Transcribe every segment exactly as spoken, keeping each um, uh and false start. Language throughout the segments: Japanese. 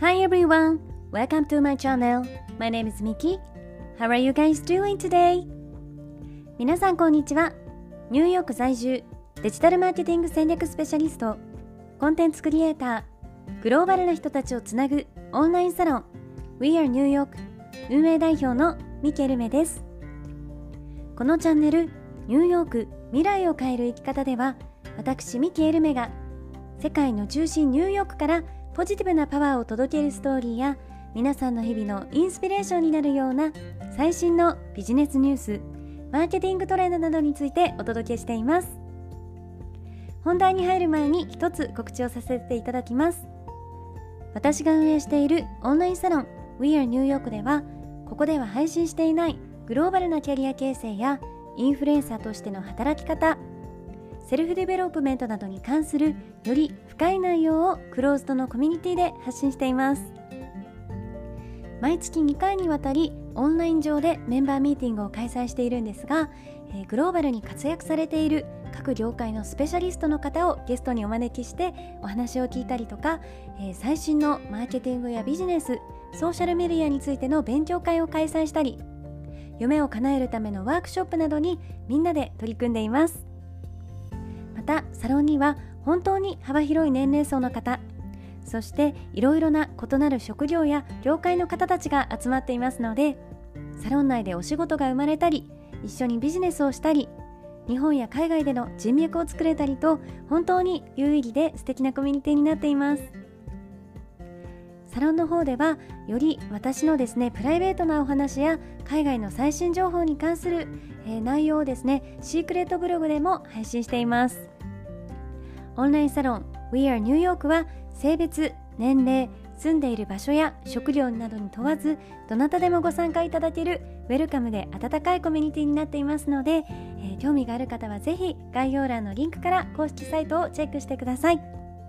Hi everyone, welcome to my channel. My name is Miki. How are you guys doing today? 皆さんこんにちは。ニューヨーク在住デジタルマーケティング戦略スペシャリスト、コンテンツクリエイター、グローバルな人たちをつなぐオンラインサロン We are New York 運営代表のミキエルメです。このチャンネルニューヨーク未来を変える生き方では、私ミキエルメが世界の中心ニューヨークからポジティブなパワーを届けるストーリーや、皆さんの日々のインスピレーションになるような最新のビジネスニュース、マーケティングトレンドなどについてお届けしています。本題に入る前に一つ告知をさせていただきます。私が運営しているオンラインサロン We are New York では、ここでは配信していないグローバルなキャリア形成やインフルエンサーとしての働き方、セルフデベロップメントなどに関するより深い内容をクローズドのコミュニティで発信しています。毎月にかいにわたりオンライン上でメンバーミーティングを開催しているんですが、えー、グローバルに活躍されている各業界のスペシャリストの方をゲストにお招きしてお話を聞いたりとか、えー、最新のマーケティングやビジネス、ソーシャルメディアについての勉強会を開催したり、夢を叶えるためのワークショップなどにみんなで取り組んでいます。またサロンには本当に幅広い年齢層の方、そしていろいろな異なる職業や業界の方たちが集まっていますので、サロン内でお仕事が生まれたり、一緒にビジネスをしたり、日本や海外での人脈を作れたりと、本当に有意義で素敵なコミュニティになっています。サロンの方ではより私のですねプライベートなお話や海外の最新情報に関する、えー、内容をですねシークレットブログでも配信しています。オンラインサロン We are New York は性別、年齢、住んでいる場所や職業などに問わず、どなたでもご参加いただけるウェルカムで温かいコミュニティになっていますので、えー、興味がある方はぜひ概要欄のリンクから公式サイトをチェックしてください。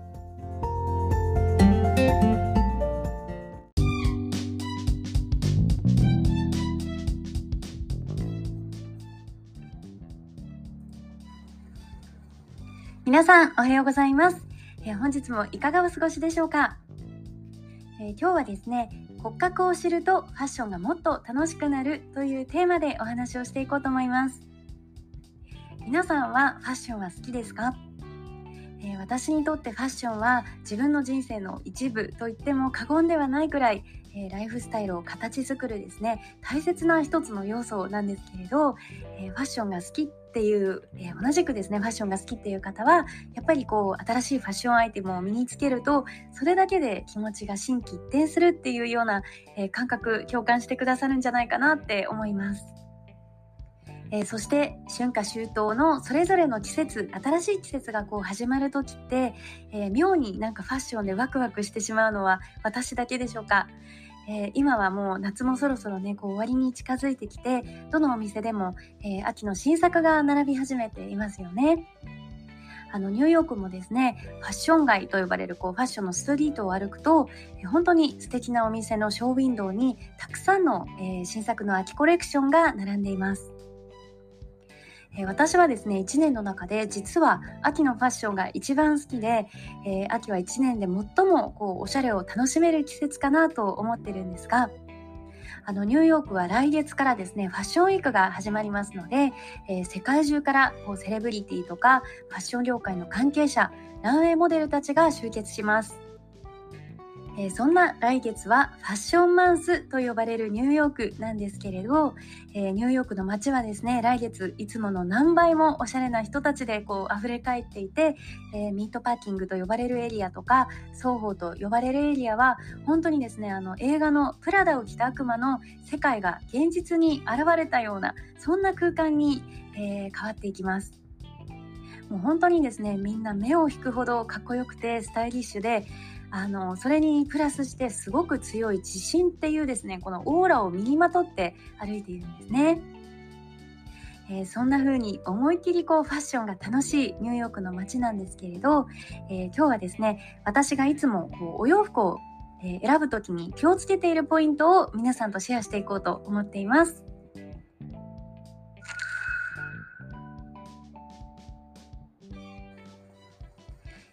皆さんおはようございます。えー、本日もいかがお過ごしでしょうか。えー、今日はですね、骨格を知るとファッションがもっと楽しくなるというテーマでお話をしていこうと思います。皆さんはファッションは好きですか？えー、私にとってファッションは自分の人生の一部と言っても過言ではないくらい、えー、ライフスタイルを形作るですね大切な一つの要素なんですけれど、えー、ファッションが好きっていう、えー、同じくですねファッションが好きっていう方はやっぱりこう新しいファッションアイテムを身につけると、それだけで気持ちが心機一転するっていうような、えー、感覚共感してくださるんじゃないかなって思います。えー、そして春夏秋冬のそれぞれの季節、新しい季節がこう始まる時って、えー、妙になんかファッションでワクワクしてしまうのは私だけでしょうか。えー、今はもう夏もそろそろねこう終わりに近づいてきて、どのお店でも、えー、秋の新作が並び始めていますよね。あのニューヨークもですねファッション街と呼ばれるこうファッションのストリートを歩くと、えー、本当に素敵なお店のショーウィンドウにたくさんの、えー、新作の秋コレクションが並んでいます。えー、私はですねいちねんの中で実は秋のファッションが一番好きで、えー、秋はいちねんで最もこうおしゃれを楽しめる季節かなと思ってるんですが、あのニューヨークは来月からですねファッションウィークが始まりますので、えー、世界中からこうセレブリティとかファッション業界の関係者、ランウェイモデルたちが集結します。えー、そんな来月はファッションマンスと呼ばれるニューヨークなんですけれど、えー、ニューヨークの街はですね来月いつもの何倍もおしゃれな人たちでこう溢れ返っていて、えー、ミートパーキングと呼ばれるエリアとか双方と呼ばれるエリアは本当にですねあの映画のプラダを着た悪魔の世界が現実に現れたような、そんな空間に、えー、変わっていきます。もう本当にですねみんな目を引くほどかっこよくてスタイリッシュで、あのそれにプラスしてすごく強い自信っていうですねこのオーラを身にまとって歩いているんですね。えー、そんな風に思いっきりこうファッションが楽しいニューヨークの街なんですけれど、えー、今日はですね私がいつもこうお洋服を、えー、選ぶときに気をつけているポイントを皆さんとシェアしていこうと思っています。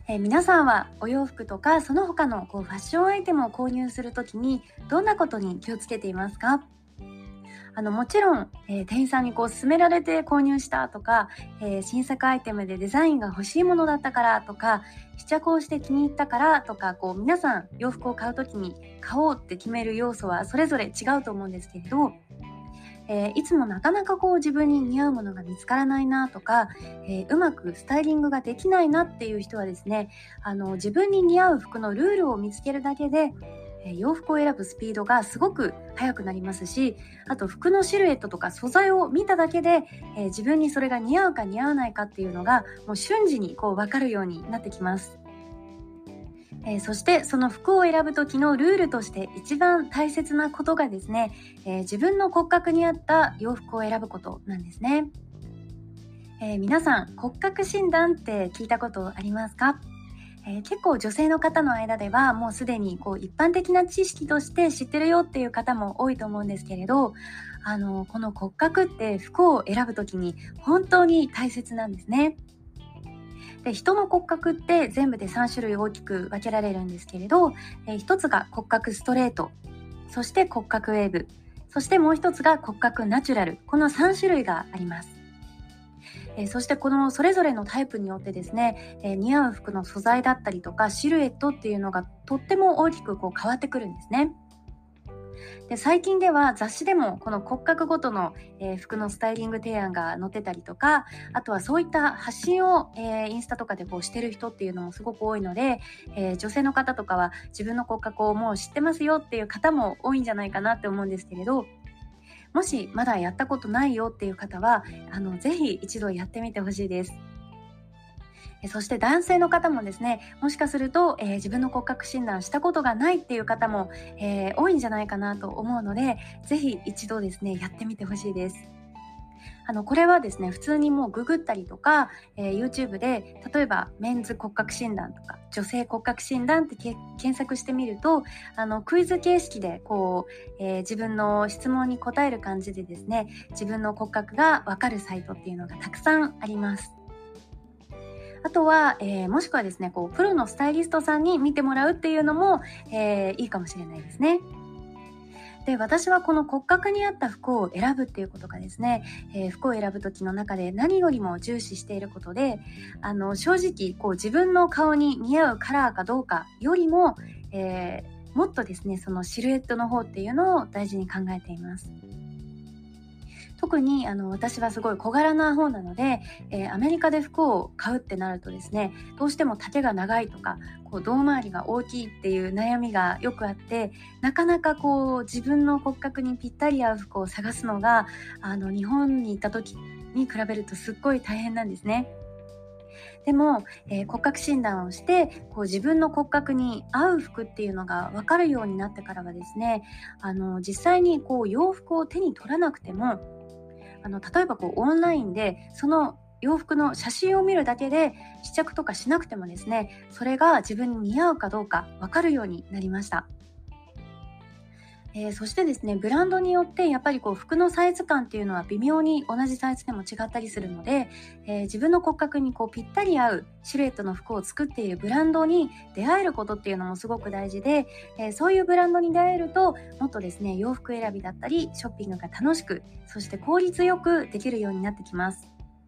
えー皆さんはお洋服とかその他のこうファッションアイテムを購入するときにどんなことに気をつけていますか？あのもちろん、えー店員さんにこう勧められて購入したとか、えー新作アイテムでデザインが欲しいものだったからとか、試着をして気に入ったからとか、こう皆さん洋服を買うときに買おうって決める要素はそれぞれ違うと思うんですけれど、えーいつもなかなかこう自分に似合うものが見つからないなとか、えーうまくスタイリングができないなっていう人はですね、あの自分に似合う服のルールを見つけるだけで、えー洋服を選ぶスピードがすごく速くなりますし、あと服のシルエットとか素材を見ただけで、えー自分にそれが似合うか似合わないかっていうのがもう瞬時にこう分かるようになってきます。えーそしてその服を選ぶ時のルールとして一番大切なことがですね、えー自分の骨格に合った洋服を選ぶことなんですね。えー皆さん骨格診断って聞いたことありますか？えー結構女性の方の間ではもうすでにこう一般的な知識として知ってるよっていう方も多いと思うんですけれど、あのこの骨格って服を選ぶ時に本当に大切なんですね。で、人の骨格って全部でさん種類大きく分けられるんですけれど、えー、ひとつが骨格ストレート、そして骨格ウェーブ、そしてもう一つが骨格ナチュラル、このさん種類があります。えーそしてこのそれぞれのタイプによってですね、えー似合う服の素材だったりとかシルエットっていうのがとっても大きくこう変わってくるんですね。で、最近では雑誌でもこの骨格ごとの、えー服のスタイリング提案が載ってたりとか、あとはそういった発信を、えーインスタとかでこうしてる人っていうのもすごく多いので、えー女性の方とかは自分の骨格をもう知ってますよっていう方も多いんじゃないかなって思うんですけれど、もしまだやったことないよっていう方はあのぜひ一度やってみてほしいです。えそして男性の方もですね、もしかすると、えー自分の骨格診断したことがないっていう方も、えー多いんじゃないかなと思うので、ぜひ一度ですねやってみてほしいです。あのこれはですね、普通にもうググったりとか、えー YouTube で例えばメンズ骨格診断とか女性骨格診断ってけ検索してみると、あのクイズ形式でこう、えー自分の質問に答える感じでですね、自分の骨格がわかるサイトっていうのがたくさんあります。あとは、えーもしくはですね、こうプロのスタイリストさんに見てもらうっていうのも、えーいいかもしれないですね。で、私はこの骨格に合った服を選ぶっていうことがですね、えー服を選ぶ時の中で何よりも重視していることで、あの正直こう自分の顔に似合うカラーかどうかよりも、えーもっとですね、そのシルエットの方っていうのを大事に考えています。特にあの私はすごい小柄な方なので、えーアメリカで服を買うってなるとですね、どうしても丈が長いとかこう胴回りが大きいっていう悩みがよくあって、なかなかこう自分の骨格にぴったり合う服を探すのがあの日本に行った時に比べるとすっごい大変なんですね。でも、えー骨格診断をしてこう自分の骨格に合う服っていうのが分かるようになってからはですね、あの実際にこう洋服を手に取らなくても、あの例えばこうオンラインでその洋服の写真を見るだけで試着とかしなくてもですね、それが自分に似合うかどうか分かるようになりました。えーそしてですね、ブランドによってやっぱりこう服のサイズ感っていうのは微妙に同じサイズでも違ったりするので、えー自分の骨格にこうぴったり合うシルエットの服を作っているブランドに出会えることっていうのもすごく大事で、えーそういうブランドに出会えるともっとですね、洋服選びだったりショッピングが楽しく、そして効率よくできるようになってきます。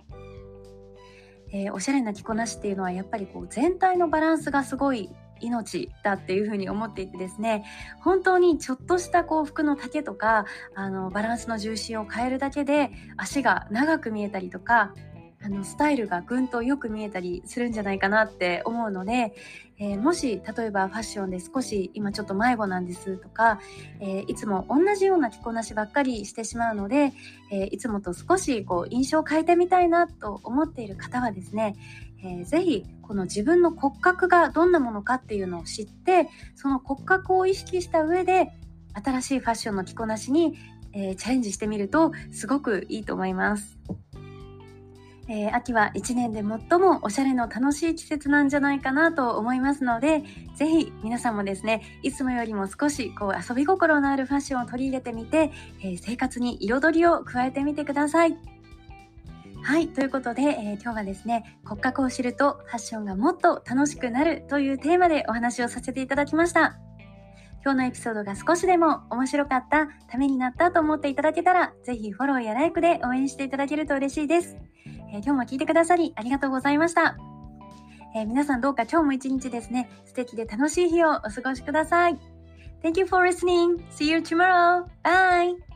えーおしゃれな着こなしっていうのはやっぱりこう全体のバランスがすごい命だっていうふうに思っていてですね、本当にちょっとしたこう服の丈とかあのバランスの重心を変えるだけで足が長く見えたりとか、あのスタイルがぐんとよく見えたりするんじゃないかなって思うので、えーもし例えばファッションで少し今ちょっと迷子なんですとか、えーいつも同じような着こなしばっかりしてしまうので、えーいつもと少しこう印象を変えてみたいなと思っている方はですね、えーぜひこの自分の骨格がどんなものかっていうのを知って、その骨格を意識した上で新しいファッションの着こなしに、えーチャレンジしてみるとすごくいいと思います。えー秋はいちねんで最もおしゃれの楽しい季節なんじゃないかなと思いますので、ぜひ皆さんもですね、いつもよりも少しこう遊び心のあるファッションを取り入れてみて、えー生活に彩りを加えてみてください。 はい、ということで、えー今日はですね、骨格を知るとファッションがもっと楽しくなるというテーマでお話をさせていただきました。今日のエピソードが少しでも面白かった、ためになったと思っていただけたら、ぜひフォローやライクで応援していただけると嬉しいです。えー今日も聞いてくださりありがとうございました。えー皆さんどうか今日も一日ですね、素敵で楽しい日をお過ごしください。Thank you for listening. See you tomorrow. Bye.